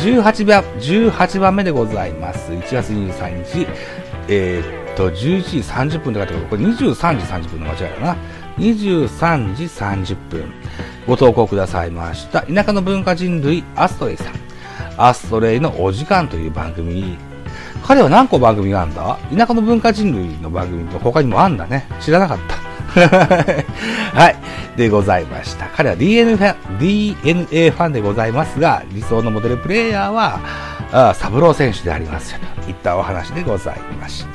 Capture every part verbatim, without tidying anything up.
じゅうはちばん、じゅうはちばんめでございます。いちがつにじゅうさんにち、えー、っと、じゅういちじさんじゅっぷんって書いてある。これにじゅうさんじさんじゅっぷんの間違いだな。にじゅうさんじさんじゅっぷん。ご投稿くださいました。田舎の文化人類、アストレイさん。アストレイのお時間という番組。彼は何個番組があるんだ？田舎の文化人類の番組と他にもあんだね。知らなかった。はい。でございました。彼は ディーエヌエー ファン、ディーエヌエー ファンでございますが、理想のモデルプレイヤーは、あサブロー選手でありますよといったお話でございました。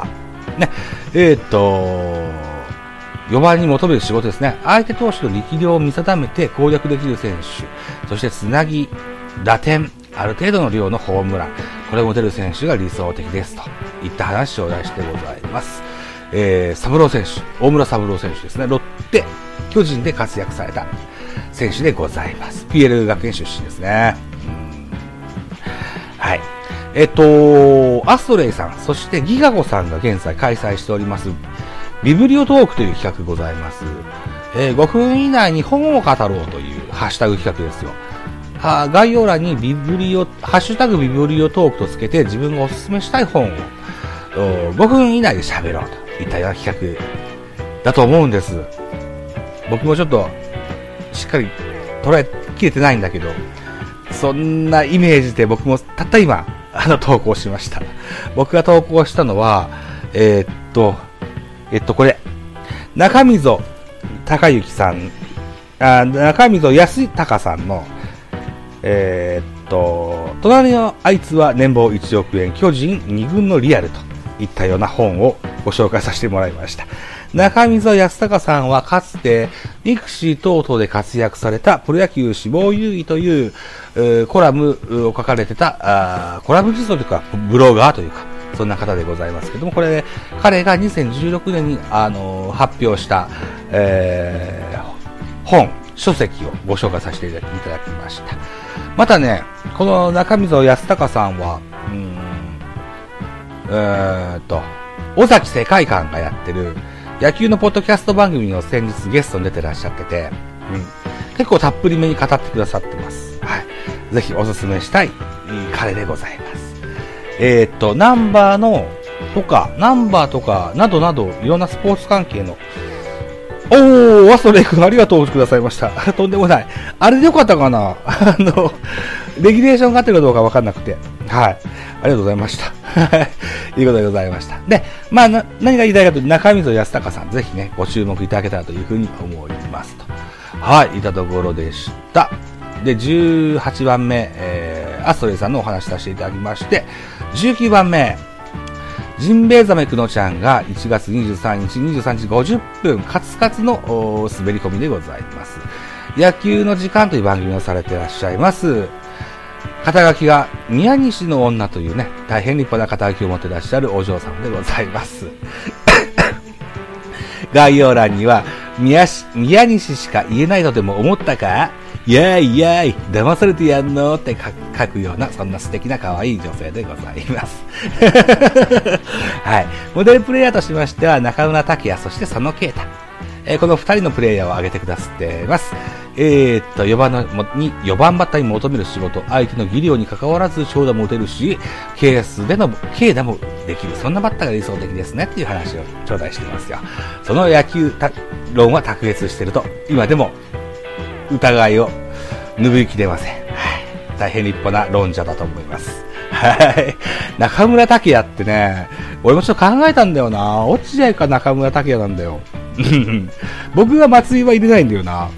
ね。えっと、よばんに求める仕事ですね。相手投手の力量を見定めて攻略できる選手、そしてつなぎ、打点、ある程度の量のホームラン、これを持てる選手が理想的ですといった話を出してございます。えー、サブロー選手、大村サブロー選手ですね。ロッテ、巨人で活躍された選手でございます。ピーエル 学園出身ですね。うんはい。えっと、アストレイさん、そしてギガゴさんが現在開催しております、ビブリオトークという企画ございます。えー、ごふん以内に本を語ろうというハッシュタグ企画ですよ。は概要欄にビブリオ、ハッシュタグビブリオトークとつけて自分がおすすめしたい本をごふん以内で喋ろうといったような企画だと思うんです。僕もちょっとしっかり捉えきれてないんだけど、そんなイメージで僕もたった今あの投稿しました。僕が投稿したのはえー、っとえっとこれ中溝隆之さん、あ中溝康隆さんのえー、っと隣のあいつは年俸いちおくえん巨人にぐんのリアルといったような本をご紹介させてもらいました。中溝康隆さんはかつて育児等々で活躍されたプロ野球志望優位という、えー、コラムを書かれてたあコラム実装というかブロガーというかそんな方でございますけども、これ、ね、彼がにせんじゅうろくねんに、あのー、発表した、えー、本書籍をご紹介させていただきました。またね、この中溝康隆さんは、うーん、えーっと、尾崎世界観がやってる野球のポッドキャスト番組の先日ゲストに出てらっしゃってて、うん、結構たっぷりめに語ってくださってます。はい。ぜひおすすめしたい彼でございます。えーっと、ナンバーのとか、ナンバーとか、などなど、いろんなスポーツ関係のおー、ワストレイ君ありがとうくださいました。とんでもない。あれでよかったかなあの、レギュレーションがあってるかどうかわかんなくて。はい。ありがとうございました。はい。いうことでございました。で、まあ、な、何が言いたいかというと、中溝康隆さん、ぜひね、ご注目いただけたらというふうに思いますと。はい、いたところでした。で、じゅうはちばんめ、えー、アストレイさんのお話しさせていただきまして、じゅうきゅうばんめ、ジンベエザメくのちゃんがいちがつにじゅうさんにちにじゅうさんじごじゅっぷんカツカツの滑り込みでございます。野球の時間という番組をされていらっしゃいます。肩書きが宮西の女というね、大変立派な肩書きを持っていらっしゃるお嬢さんでございます。概要欄には宮し宮西しか言えないとでも思ったかやーいやーい騙されてやんのって書くようなそんな素敵な可愛い女性でございますはい。モデルプレイヤーとしましては中村拓也そして佐野啓太、えー、このふたりのプレイヤーを挙げてくださっています。えー、っとよんばんのによんばんバッターに求める仕事、相手の技量に関わらず長打も打てるしケースでの軽打もできる、そんなバッターが理想的ですねっていう話を頂戴していますよ。その野球論は卓越していると今でも疑いを拭いきれません。はい。大変立派な論者だと思います。はい。中村拓也ってね、俺もちょっと考えたんだよな。落合か中村拓也なんだよ。僕が松井は入れないんだよな。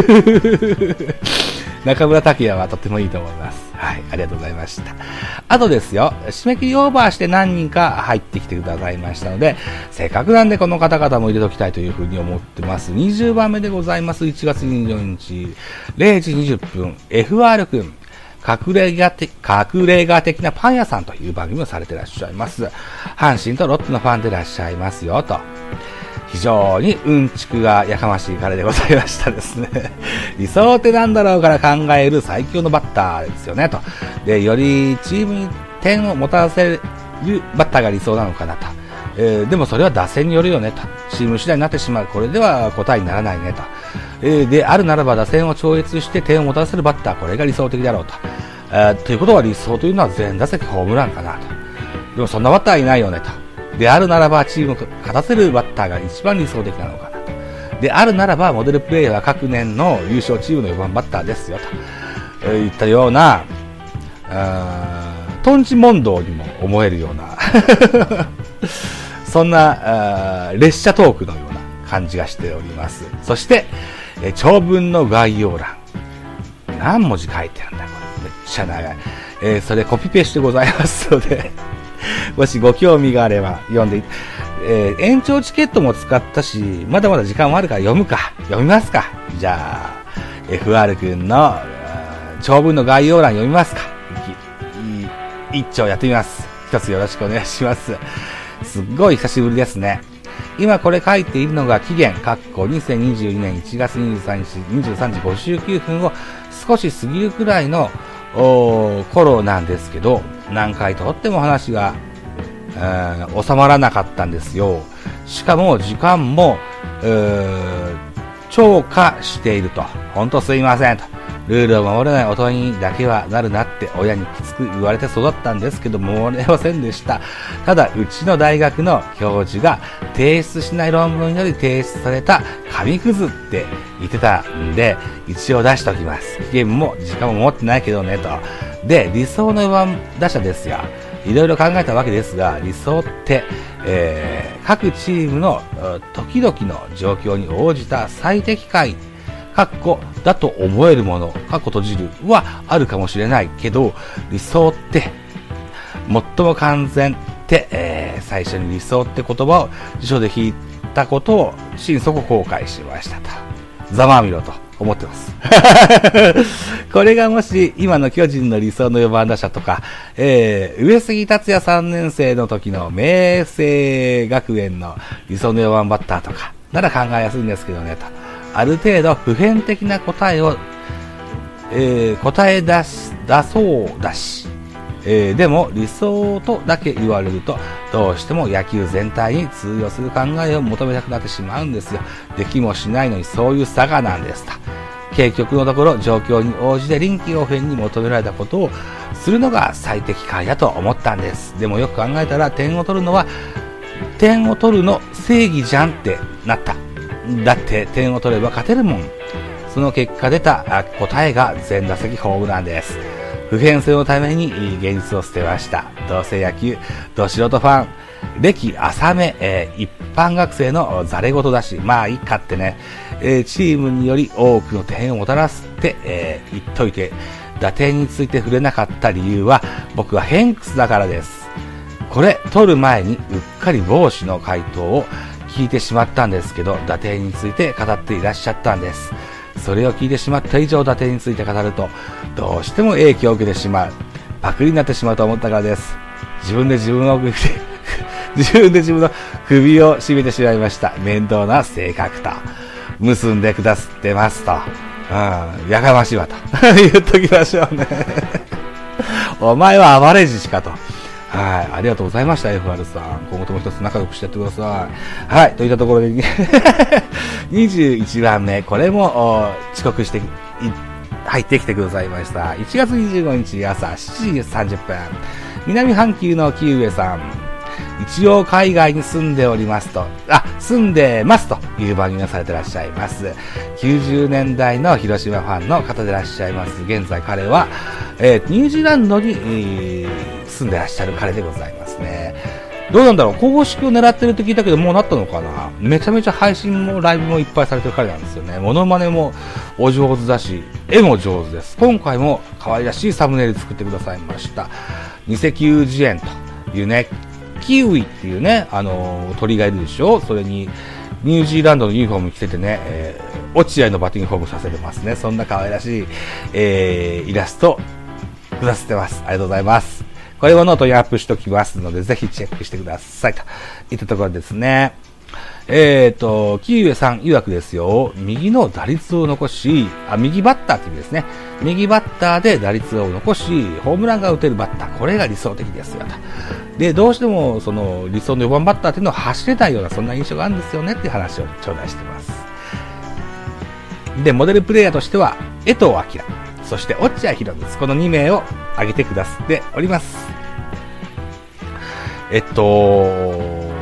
中村拓也はとってもいいと思います。はい。ありがとうございました。あとですよ、締め切りオーバーして何人か入ってきてくださいましたので、せっかくなんでこの方々も入れときたいというふうに思ってます。にじゅうばんめでございます。いちがつにじゅうよっか、れいじにじゅっぷん、エフアール 君、隠れ家的、隠れ家的なパン屋さんという番組をされていらっしゃいます。阪神とロッテのファンでいらっしゃいますよ、と。非常にうんちくがやかましい彼でございましたですね。理想ってなんだろうから考える最強のバッターですよねと。で、よりチームに点を持たせるバッターが理想なのかなと。えー、でもそれは打線によるよねと。チーム次第になってしまう。これでは答えにならないねと。えー、で、あるならば打線を超越して点を持たせるバッター、これが理想的だろうと。 えー、ということは理想というのは全打席ホームランかなと。でもそんなバッターいないよねと。であるならばチームを勝たせるバッターが一番理想的なのかなと。であるならばモデルプレイヤーは各年の優勝チームのよばんバッターですよと、えー、いったようなトンチ問答にも思えるようなそんな列車トークのような感じがしております。そして、えー、長文の概要欄何文字書いてあるんだこれめっちゃ長い、えー、それコピペしてございますのでもしご興味があれば読んで、えー、延長チケットも使ったしまだまだ時間もあるから読むか読みますか。じゃあ エフアール 君の長文の概要欄読みますか。い一丁やってみます。一つよろしくお願いします。すっごい久しぶりですね。今これ書いているのが期限かっこにせんにじゅうにねんいちがつにじゅうさんにちにじゅうさんじごじゅうきゅうふんを少し過ぎるくらいの頃なんですけど、何回とっても話が、えー、収まらなかったんですよ。しかも時間も、えー、超過していると。ほんとすいませんと。ルールを守れない大人にだけはなるなって親にきつく言われて育ったんですけど守れませんでした。ただうちの大学の教授が提出しない論文より提出された紙くずって言ってたんで一応出しておきます。期限も時間も持ってないけどねと。で理想のよばん打者ですよ。いろいろ考えたわけですが理想って、えー、各チームの時々の状況に応じた最適解かっこだと思えるものかっこ閉じるはあるかもしれないけど理想って最も完全って、えー、最初に理想って言葉を辞書で引いたことを心底後悔しましたと。ざまあみろと思ってますこれがもし今の巨人の理想のよばん打者とか、えー、上杉達也さんねん生の時の明星学園の理想のよばんバッターとかなら考えやすいんですけどねと。ある程度普遍的な答えを、えー、答え出し、出そうだし、えー、でも理想とだけ言われるとどうしても野球全体に通用する考えを求めたくなってしまうんですよ。できもしないのにそういう差がなんですと。結局のところ状況に応じて臨機応変に求められたことをするのが最適解だと思ったんです。でもよく考えたら点を取るのは点を取るの正義じゃんってなった。だって点を取れば勝てるもん。その結果出た答えが全打席ホームランです。普遍性のために現実を捨てました。どうせ野球ど素人ファン歴浅め、えー、一般学生のザレ事だしまあいいかってね、えー、チームにより多くの点をもたらすって、えー、言っといて打点について触れなかった理由は僕はヘンクスだからです。これ取る前にうっかり帽子の回答を聞いてしまったんですけど打点について語っていらっしゃったんです。それを聞いてしまった以上打点について語るとどうしても影響を受けてしまうパクリになってしまうと思ったからです。自分で自分を自分で自分の首を絞めてしまいました。面倒な性格と結んでくださってますと、うん、やかましいわと言っときましょうねお前は暴れじしかと。はい、ありがとうございました エフアール さん。今後とも一つ仲良くしてやってください。はい、といったところでにじゅういちばんめ、これも遅刻して入ってきてくださいました。いちがつにじゅうごにち朝しちじさんじゅっぷん、南半球の木上さん。一応海外に住んでおりますと、あ、住んでますという番組をされてらっしゃいます。きゅうじゅうねんだいの広島ファンの方でいらっしゃいます。現在彼は、えー、ニュージーランドに、えー、住んでらっしゃる彼でございますね。どうなんだろう、公式を狙ってるって聞いたけどもうなったのかな。めちゃめちゃ配信もライブもいっぱいされてる彼なんですよね。モノマネもお上手だし絵も上手です。今回も可愛らしいサムネイル作ってくださいました。ニセキュウジエンというね、キウイっていうね、あのー、鳥がいるでしょ。それにニュージーランドのユニフォーム着ててね、えー、落合のバッティングフォームさせてますね。そんな可愛らしい、えー、イラストくださってます。ありがとうございます。これをノートにアップしておきますのでぜひチェックしてくださいといったところですね。えっと、キウエさん曰くですよ、右の打率を残し、あ、右バッターって意味ですね。右バッターで打率を残し、ホームランが打てるバッター、これが理想的ですよと。で、どうしてもその理想のよばんバッターっていうのは走れないようなそんな印象があるんですよねっていう話を頂戴してます。で、モデルプレイヤーとしては江藤明。 そして落合博満、このにめいを挙げてくださっております。えっと、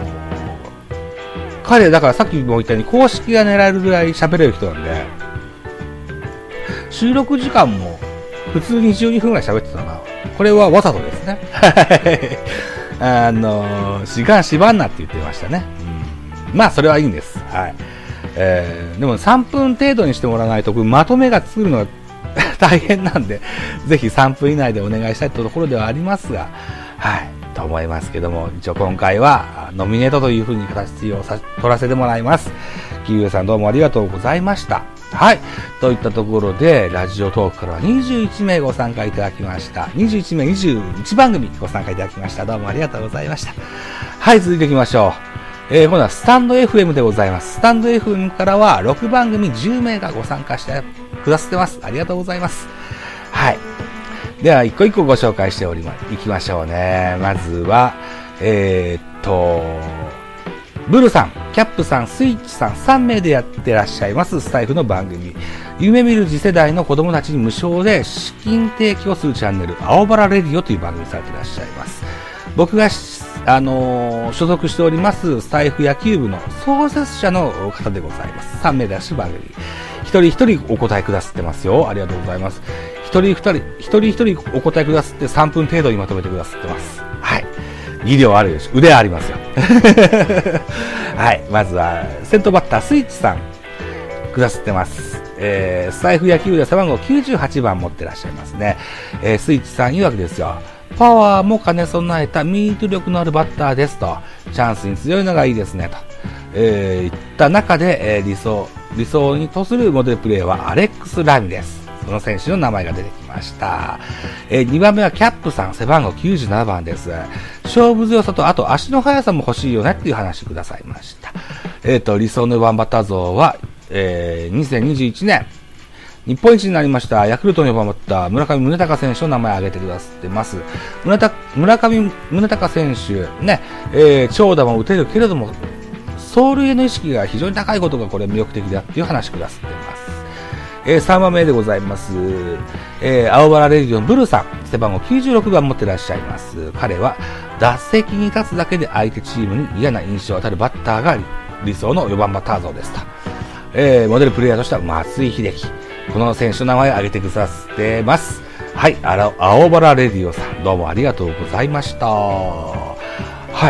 彼、だからさっきも言ったように公式が狙えるぐらい喋れる人なんで、収録時間も普通にじゅうにふんぐらい喋ってたな。これはわざとですね。あの、時間縛んなって言ってましたね。うん、まあ、それはいいんです。はい。えー、でもさんぷん程度にしてもらわないと、まとめが作るのが大変なんで、ぜひさんぷん以内でお願いしたいところではありますが、はい、と思いますけども、一応今回はノミネートという風に形をさ取らせてもらいます。キウエさんどうもありがとうございました。はい。といったところで、ラジオトークからはにじゅういちめいご参加いただきました。にじゅういちめい、にじゅういちばんぐみご参加いただきました。どうもありがとうございました。はい、続いていきましょう。えー、今度はスタンド エフエム でございます。スタンド エフエム からはろくばんぐみじゅうめいがご参加してくださってます。ありがとうございます。はい。では、一個一個ご紹介しておりま、いきましょうね。まずは、えー、っと、ブルさん、キャップさん、スイッチさん、さんめいでやってらっしゃいますスタイフの番組。夢見る次世代の子供たちに無償で資金提供するチャンネル、青バラレディオという番組されてらっしゃいます。僕が、あのー、所属しておりますスタイフ野球部の創設者の方でございます。さんめいでらっしゃる番組。一人一人お答えくださってますよ。ありがとうございます。一人二人、一人一人お答えくださってさんぷん程度にまとめてくださってます。はい。技量あるでしょ。腕ありますよ。はい。まずは、先頭バッター、スイッチさん、くださってます。えー、スタイフ野球部で背番号きゅうじゅうはちばん持ってらっしゃいますね。えー、スイッチさん曰くですよ。パワーも兼ね備えたミート力のあるバッターですと。チャンスに強いのがいいですねと。えー、いった中で、えー、理想、理想にとするモデルプレーはアレックス・ラミです。その選手の名前が出てきました。えー、にばんめはキャップさん、背番号きゅうじゅうななばんです。勝負強さと、あと足の速さも欲しいよねっていう話くださいました。えっと、理想のよんばんバッター像は、えー、にせんにじゅういちねん、日本一になりました、ヤクルトのよんばんバッター、村上宗隆選手の名前を挙げてくださってます。村た村上宗隆選手、ね、えー、長打も打てるけれども、走塁への意識が非常に高いことがこれ魅力的だっていう話くださってます。えー、さんばんめでございます。えー、青バラレディオのブルさん、背番号きゅうじゅうろくばん持ってらっしゃいます。彼は、打席に立つだけで相手チームに嫌な印象を与えるバッターが理想のよんばんバッター像ですと。えー、モデルプレイヤーとしては松井秀喜。この選手の名前を挙げてくださってます。はい、あら、青バラレディオさん、どうもありがとうございました。はい、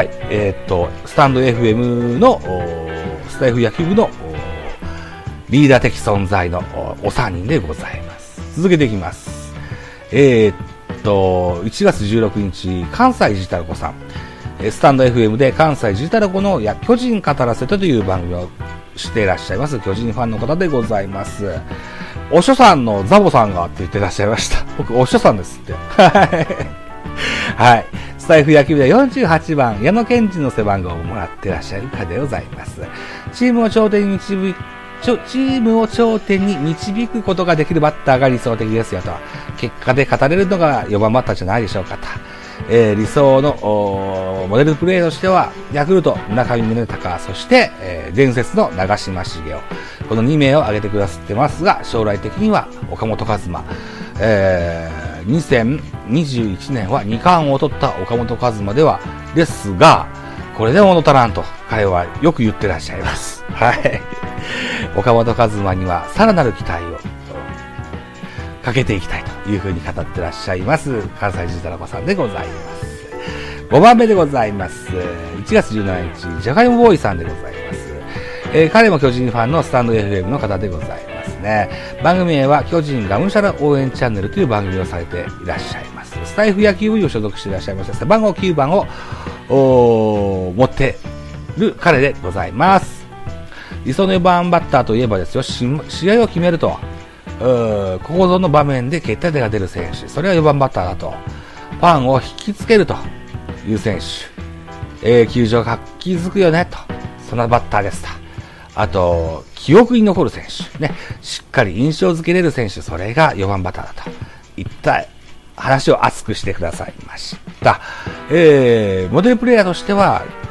えー、っと、スタンド エフエム の、スタイフ野球部の、リーダー的存在のおさんにんでございます。続けていきます。えー、っと、いちがつじゅうろくにち、関西ジタラコさん。スタンド エフエム で関西ジタラコのや巨人語らせてという番組をしていらっしゃいます。巨人ファンの方でございます。おしょさんのザボさんがって言ってらっしゃいました。僕、おしょさんですって。はい。スタイフ野球部でよんじゅうはちばん、矢野健二の背番号をもらってらっしゃる方でございます。チームを頂点に導くチームを頂点に導くことができるバッターが理想的ですよと。結果で語れるのがよんばんバッターじゃないでしょうかと。えー、理想のモデルプレーとしては、ヤクルト、村上宗隆、そして、えー、伝説の長嶋茂雄。このにめいを挙げてくださってますが、将来的には岡本和真。えー、にせんにじゅういちねんはにかんを取った岡本和真では、ですが、これで物足らんと彼はよく言ってらっしゃいます。はい。岡本和真にはさらなる期待をかけていきたいというふうに語ってらっしゃいます。関西ジタラコさんでございます。ごばんめでございます。いちがつじゅうしちにち、ジャガイモボーイさんでございます。えー、彼も巨人ファンのスタンド エフエム の方でございますね。番組名は巨人がむしゃら応援チャンネルという番組をされていらっしゃいます。スタイフ野球部に所属していらっしゃいました背番号きゅうばんを持ってる彼でございます。理想のよんばんバッターといえばですよ、試合を決めると、ここぞの場面で決定打が出る選手、それはよんばんバッターだと。ファンを引きつけるという選手、えー、球場が活気づくよねと、そんなバッターですと。あと、記憶に残る選手、ね、しっかり印象づけれる選手、それがよんばんバッターだといった話を熱くしてくださいました。えー、モデルプレイヤーとしては、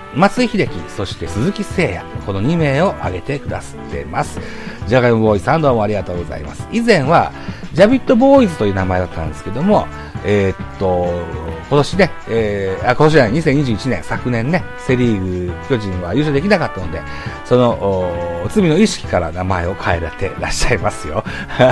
松井秀喜、そして鈴木誠也、このに名を挙げてくださっています。ジャガイモボーイさんどうもありがとうございます。以前は、ジャビットボーイズという名前だったんですけども、えー、っと、今年ね、えー、あ、今年じゃない、にせんにじゅういちねん、昨年ね、セリーグ巨人は優勝できなかったので、その、罪の意識から名前を変えられていらっしゃいますよ。はい。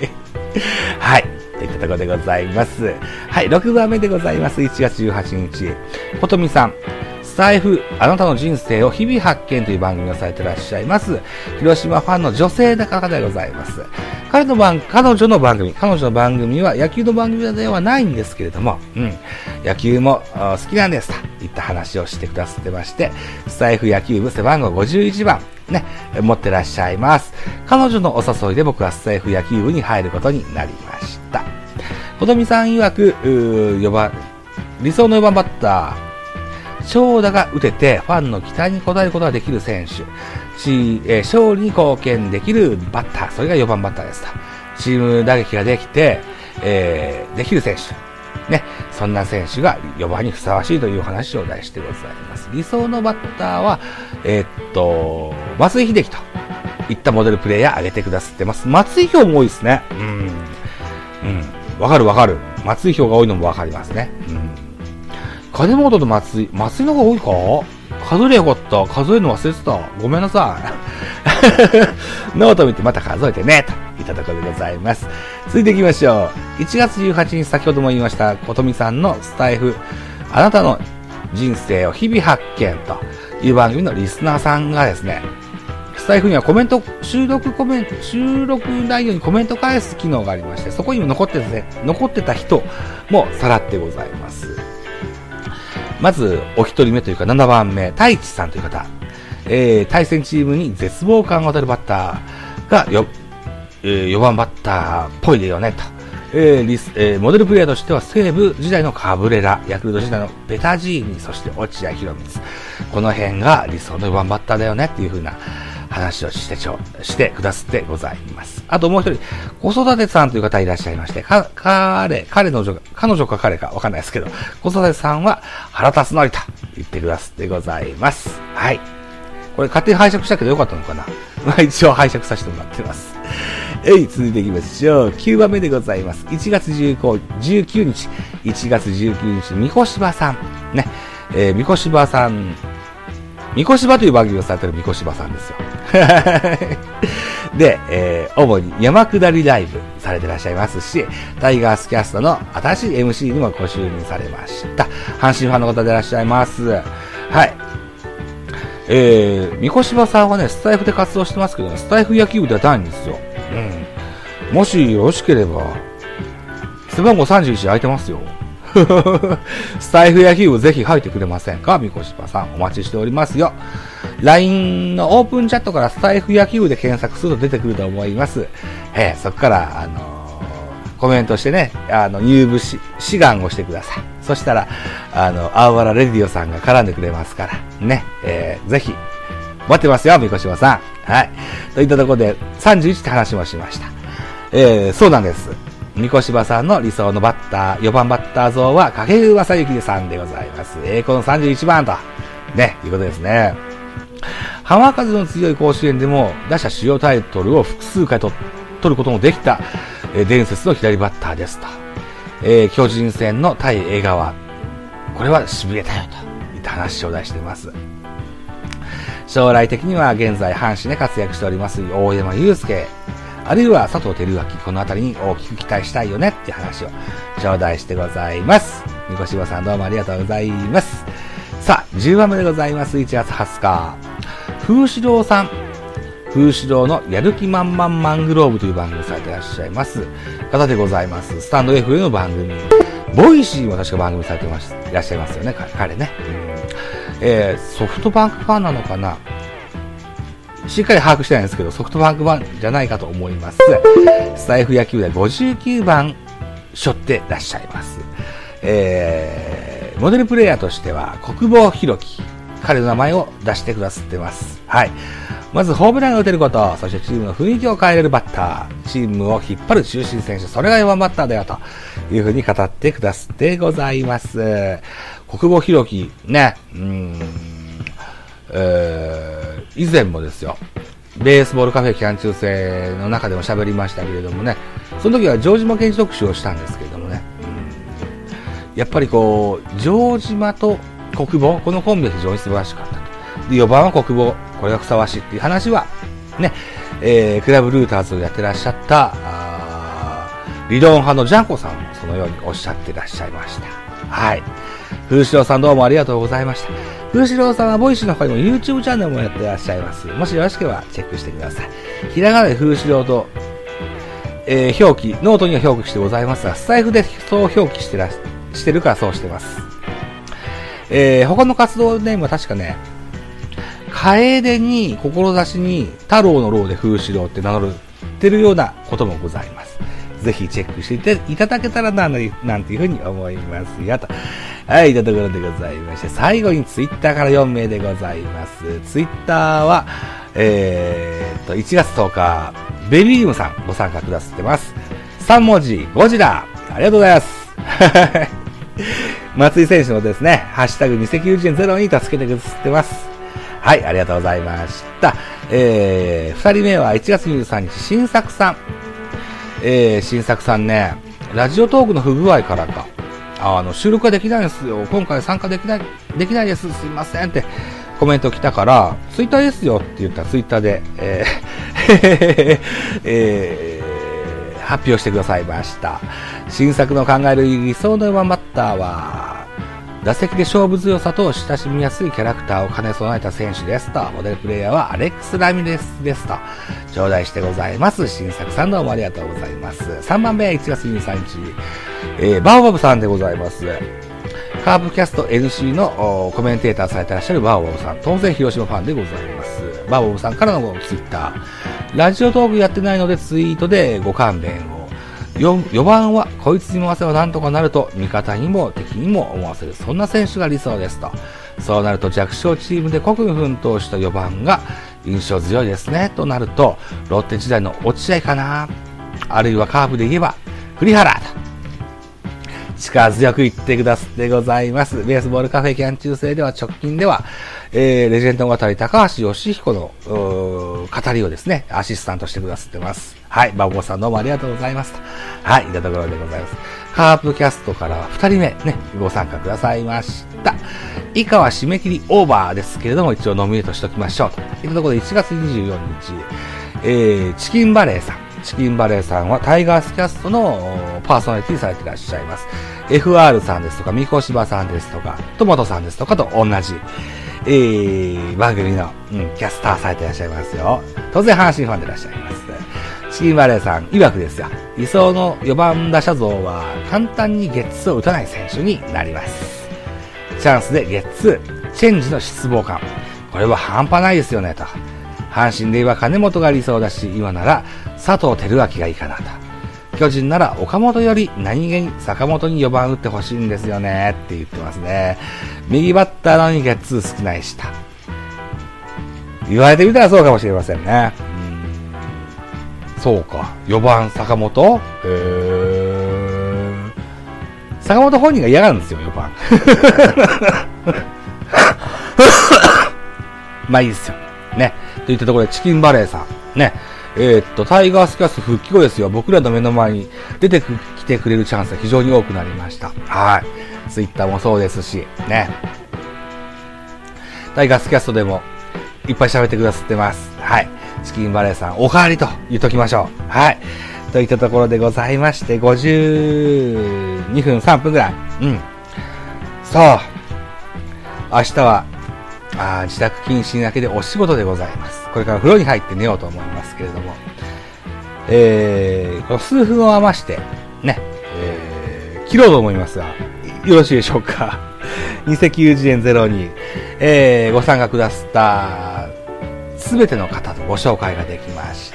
はい。といったところでございます。はい、ろくばんめでございます。いちがつじゅうはちにち。ことみさん。スタイフ、あなたの人生を日々発見という番組をされていらっしゃいます。広島ファンの女性の方でございます。彼の番、彼女の番組、彼女の番組は野球の番組ではないんですけれども、うん、野球も好きなんですといった話をしてくださってまして、スタイフ野球部背番号ごじゅういちばん、ね、持ってらっしゃいます。彼女のお誘いで僕はスタイフ野球部に入ることになりました。ことみさん曰く、よんばん、理想のよんばんバッター、長打が打ててファンの期待に応えることができる選手、しえー、勝利に貢献できるバッター、それがよんばんバッターですと。チーム打撃ができて、えー、できる選手。ね、そんな選手がよんばんにふさわしいというお話を題してございます。理想のバッターは、えー、っと、松井秀喜といったモデルプレイヤー挙げてくださってます。松井票も多いですね。うん。うん。わかるわかる。松井票が多いのもわかりますね。うん。金本と松井、松井の方が多いか？数えりゃよかった。数えるの忘れてた。ごめんなさい。ノート見てまた数えてね。といったところでございます。続いていきましょう。いちがつじゅうはちにち、先ほども言いました、ことみさんのスタイフ、あなたの人生を日々発見という番組のリスナーさんがですね、スタイフにはコメント、収録コメント、収録内容にコメント返す機能がありまして、そこにも残ってて、ね、残ってた人もさらってございます。まず、お一人目というかななばんめ、太一さんという方。えー、対戦チームに絶望感を与えるバッターがよ、えー、よんばんバッターっぽいでよね、と。えーリスえー、モデルプレイヤーとしては西武時代のカブレラ、ヤクルト時代のベタジーニ、そして落合博満。この辺が理想のよんばんバッターだよねっていう風な話をしてちょ、してくださってございます。あともう一人、子育てさんという方いらっしゃいまして、か、彼、彼の女、彼女か彼かわかんないですけど、子育てさんは腹立つのりと言ってくださってございます。はい。これ勝手に拝借したけどよかったのかな？まあ一応拝借させてもらってます。えい、続いていきましょう。きゅうばんめでございます。いちがつじゅうくにち、いちがつじゅうくにち、みこしばさん。ね。えー、みこしばさん、みこしばという番組をされてるみこしばさんですよ。で、えー、主に山下りライブされてらっしゃいますし、タイガースキャストの新しい エムシー にもご就任されました。阪神ファンの方でいらっしゃいます。はい。えー、みこしばさんはね、スタイフで活動してますけど、ね、スタイフ野球部ではないんですよ。うん。もしよろしければ、背番号さんじゅういち空いてますよ。スタイフ野球部ぜひ入ってくれませんか？みこしばさんお待ちしておりますよ。ライン のオープンチャットからスタイフ野球部で検索すると出てくると思います。えー、そこから、あのー、コメントしてね、あの、入部し、志願をしてください。そしたら、あの、青原レディオさんが絡んでくれますから、ね、えー、ぜひ、待ってますよ、みこしばさん。はい。といったところで、さんじゅういちって話もしました。えー、そうなんです。みこしばさんの理想のバッター、よんばんバッター像は、掛布正幸さんでございます。栄光のさんじゅういちばんと、ね、いうことですね。浜風の強い甲子園でも、打者主要タイトルを複数回と取ることもできた、えー、伝説の左バッターですと。えー、巨人戦の対江川。これは痺れたよといった話を題しています。将来的には現在阪神で活躍しております大山悠介、あるいは佐藤輝明、このあたりに大きく期待したいよねっていう話を頂戴してございます。みこしばさんどうもありがとうございます。さあ、じゅうばんめでございます。いちがつはつか。風志郎さん。風志郎のやる気満々マングローブという番組をされていらっしゃいます方でございます。スタンド エフエム の番組。ボイシーも確か番組されてますいらっしゃいますよね、彼ね。うん、えー、ソフトバンクファンなのかな、しっかり把握してないんですけど、ソフトバンクファンじゃないかと思います。スタイフ野球でごじゅうきゅうばん背負ってらっしゃいます。えー、モデルプレイヤーとしては国防弘樹、彼の名前を出してくださってます。はい。まずホームランが打てること、そしてチームの雰囲気を変えれるバッター、チームを引っ張る中心選手、それがよんばんバッターだよというふうに語ってくださってございます。国防弘樹ね、うーん、 えー、以前もですよ、ベースボールカフェ期間中制の中でも喋りましたけれどもね、その時は城島健治特集をしたんですけれどもね、うん、やっぱりこう、城島と国母、このコンビは非常に素晴らしかったと。で、よばんは国母、これがふさわしいっていう話は、ね、えー、クラブルーターズをやってらっしゃった、理論派のジャンコさんもそのようにおっしゃってらっしゃいました。はい。風志郎さんどうもありがとうございました。風志郎さんはボイシーの他にも YouTube チャンネルもやってらっしゃいます。もしよろしければチェックしてください。ひらがなで風志郎と、えー、表記、ノートには表記してございますが、スタイフでそう表記してら、してるからそうしてます。えー、他の活動ネームは確かね、楓に、志に、太郎の郎で風志郎って名乗るってるようなこともございます。ぜひチェックしていただけたらな、なんていうふうに思いますよと。はい、というところでございまして、最後にツイッターからよん名でございます。ツイッターは、えー、っと、いちがつとおか、ベビーリムさんご参加くださってます。さん文字、ゴジラ。ありがとうございます。松井選手のですね、ハッシュタグにせきゅうじゅうえんゼロに助けてくださってます。はい、ありがとうございました。えー、ふたりめはいちがつにじゅうさんにち、新作さん。えー、新作さんね、ラジオトークの不具合からか、あの、収録ができないんですよ。今回参加できない、できないです。すいませんってコメント来たから、ツイッターですよって言ったらツイッターで、えーえー、発表してくださいました。新作の考える理想のよんばんバッターは、打席で勝負強さと親しみやすいキャラクターを兼ね備えた選手ですと、モデルプレイヤーはアレックス・ラミレスですと、頂戴してございます。新作さんどうもありがとうございます。さんばんめはいちがつにじゅうさんにち、えー、バオバブさんでございます。カープキャスト エヌシー のコメンテーターされていらっしゃるバオバブさん、当然広島ファンでございます。バオバブさんからのツイッター、ラジオトークやってないのでツイートでご勘弁を。よばんはこいつに回せばなんとかなると味方にも敵にも思わせる、そんな選手が理想ですと。そうなると弱小チームで国務奮闘したよばんが印象強いですねとなると、ロッテ時代の落合かな、あるいはカープで言えば栗原と力強く言ってくださってございます。ベースボールカフェキャン中制では直近では、えー、レジェンド語り高橋義彦の語りをですね、アシスタントしてくださってます。はい、バボさんどうもありがとうございますと。はい、いたところでございます。カープキャストからはふたりめね、ご参加くださいました。以下は締め切りオーバーですけれども、一応ノミネートしておきましょうと。いったところでいちがつにじゅうよっか、えー、チキンバレーさん。チキンバレーさんはタイガースキャストのパーソナリティされていらっしゃいます。エフアール さんですとか、ミコシバさんですとか、トマトさんですとかと同じ、えー、番組の、うん、キャスターされていらっしゃいますよ。当然阪神ファンでいらっしゃいます。チキンバレーさん曰くですよ。理想のよばん打者像は簡単にゲッツーを打たない選手になります。チャンスでゲッツー、チェンジの失望感。これは半端ないですよね、と。阪神で言えば金本が理想だし、今なら佐藤輝明がいいかなと。巨人なら岡本より何気に坂本によばん打ってほしいんですよねって言ってますね。右バッターなのにゲッツー少ないしと。言われてみたらそうかもしれませんね。うん、そうか。よばん坂本、へー、坂本本人が嫌がるんですよ、よばん。まあいいですよ。ね。といったところでチキンバレーさん。ね。えー、っと、タイガースキャスト復帰後ですよ。僕らの目の前に出てきてくれるチャンスが非常に多くなりました。はい。ツイッターもそうですし、ね。タイガースキャストでもいっぱい喋ってくださってます。はい。チキンバレーさん、おかわりと言っときましょう。はい。といったところでございまして、ごじゅうにふんさんぷんぐらい。うん。そう。明日は、あ自宅謹慎明けでお仕事でございます。これから風呂に入って寝ようと思いますけれども、えー、この数分を余してね、えー、切ろうと思いますが、よろしいでしょうか。にせきゅうじゅうえんゼロに、えー、ご参加くださったすべての方とご紹介ができました。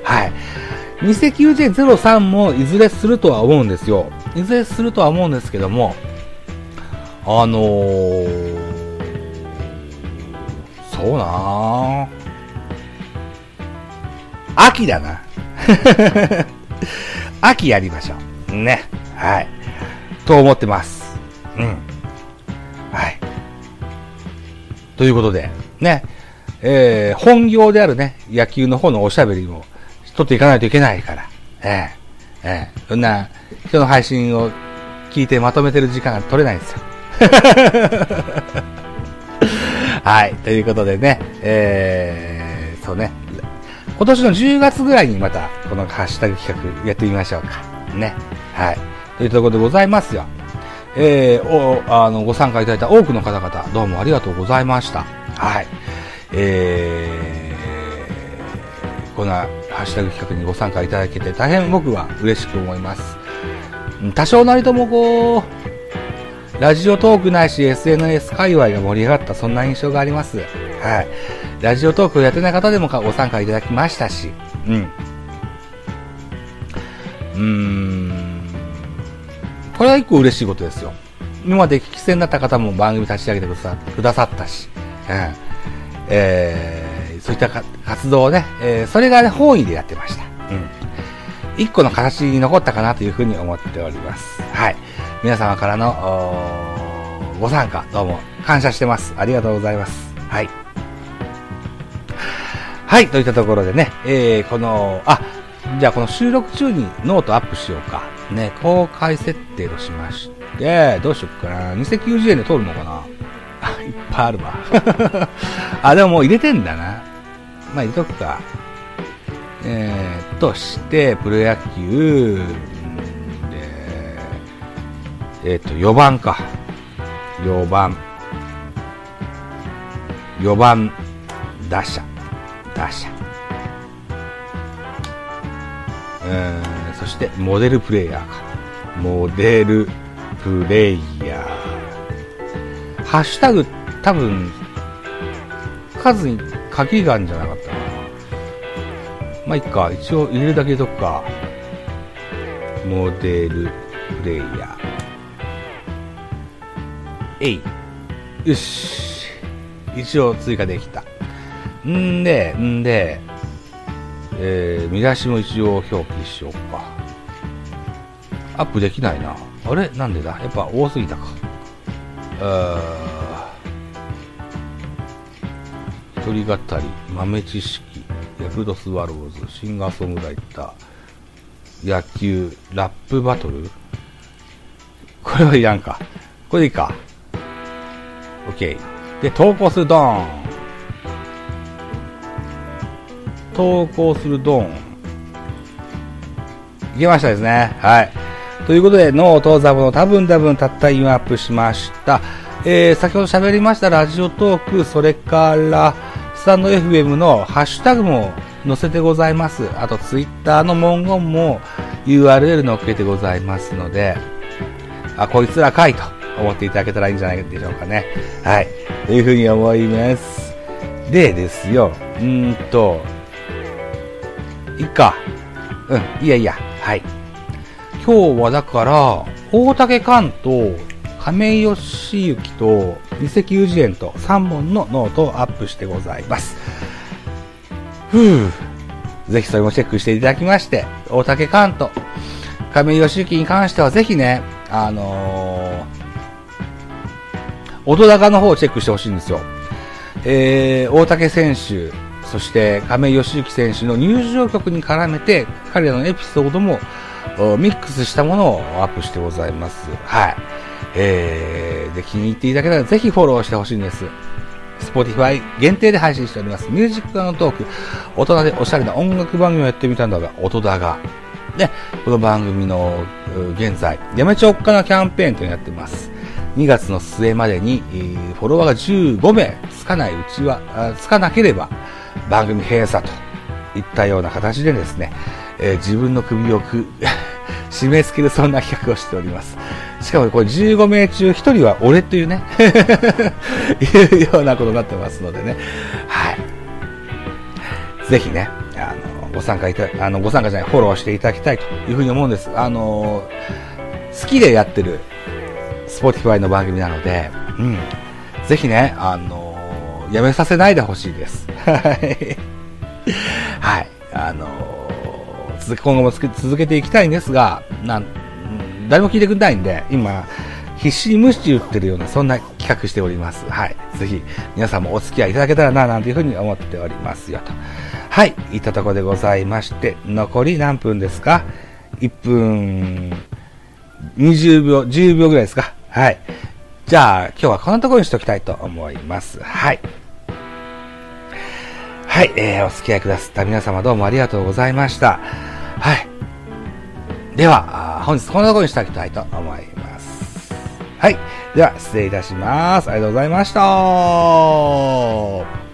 はい。にせきゅうじゅうえんゼロさんもいずれするとは思うんですよ。いずれするとは思うんですけども、あのー、そうなぁ。秋だな。秋やりましょう。ね。はい。と思ってます。うん。はい。ということで、 ね、えー、本業であるね、野球の方のおしゃべりも取っていかないといけないから、えー、えー、そんな人の配信を聞いてまとめてる時間が取れないんですよ。はい、ということでね、えー、そうね、今年のじゅうがつぐらいにまたこのハッシュタグ企画やってみましょうか。ね。はい。というところでございますよ。えー、お、あの、ご参加いただいた多くの方々、どうもありがとうございました。はい。えー、こんなハッシュタグ企画にご参加いただけて大変僕は嬉しく思います。多少なりともこう、ラジオトークないし エスエヌエス 界隈が盛り上がったそんな印象があります。はい。ラジオトークをやってない方でもご参加いただきましたし、うん。うーん。これは一個嬉しいことですよ。今まで聞き戦だった方も番組立ち上げてくださ、くださったし、うん。えー、そういった活動をね、えー、それが、ね、本意でやってました。うん。一個の形に残ったかなというふうに思っております。はい。皆様からのご参加どうも感謝してます。ありがとうございます。はい。はい、といったところでね、えー、この、あ、じゃあこの収録中にノートアップしようか。ね、公開設定としまして、どうしよっかな。にせんきゅうじゅうえんで通るのかな。あ、いっぱいあるわ。あ、でももう入れてんだな。まあ入れとくか。えー、として、プロ野球、えっと、よばんか。よばん。よばん、打者。打者。うーん、そして、モデルプレイヤーか。モデルプレイヤー。ハッシュタグ、多分、数に限りがあるんじゃなかったな。まあ、いっか。一応入れるだけ入れとくか。モデルプレイヤー。えい。よし。一応追加できた。んで、んで、えー、見出しも一応表記しようか。アップできないな。あれなんでだやっぱ多すぎたか。あー。一人語り、豆知識、ヤクルトスワローズ、シンガーソングライター、野球、ラップバトルこれはいらんか。これでいいか。OK。で、投稿するドーン。投稿するドーン。いけましたですね。はい。ということで、ノートザボの多分多分たった今アップしました。えー、先ほど喋りましたラジオトーク、それから、スタンド エフエム のハッシュタグも載せてございます。あと、ツイッターの文言も ユーアールエル 載っけてございますので、あ、こいつらかいと。思っていただけたらいいんじゃないでしょうかね。はい。というふうに思います。でですよ。うーんと。いいか。うん。いやいや。はい。今日はだから、大竹寛と亀井義行とにせんきゅうじゅうえんとさんぼんのノートをアップしてございます。ふぅ。ぜひそれもチェックしていただきまして、大竹寛と亀井義行に関してはぜひね、あのー、音高の方をチェックしてほしいんですよ。えー、大竹選手、そして亀井義行選手の入場曲に絡めて、彼らのエピソードもミックスしたものをアップしてございます。はい。えー、で、気に入っていただけたらぜひフォローしてほしいんです。Spotify 限定で配信しております。ミュージック&トーク、大人でおしゃれな音楽番組をやってみたんだが、音高。で、この番組の現在、やめちゃおっかなキャンペーンというのをやってます。にがつの末までに、えー、フォロワーがじゅうごめいつかないうちは、つかなければ番組閉鎖といったような形でですね、えー、自分の首をく締め付けるそんな企画をしております。しかもこれじゅうごめいちゅうひとりは俺というねいうようなことになってますのでね、はい。ぜひね、あのご参加いたあのご参加じゃないフォローしていただきたいというふうに思うんです。あの好きでやってるSpotify の番組なので、うん、ぜひね、あのー、やめさせないでほしいです。はい。はい。あのー、今後も続けていきたいんですが、なん、誰も聞いてくれないんで、今、 必死に無視打ってるような、そんな企画しております。はい。ぜひ、皆さんもお付き合いいただけたらな、なんていうふうに思っておりますよ、と。はい。いったところでございまして、残り何分ですか ?いっ 分、にじゅうびょう、じゅうびょうぐらいですか。はい。じゃあ、今日はこんなところにしておきたいと思います。はい。はい。えー、お付き合いくださった皆様どうもありがとうございました。はい。では、本日こんなところにしておきたいと思います。はい。では、失礼いたします。ありがとうございました。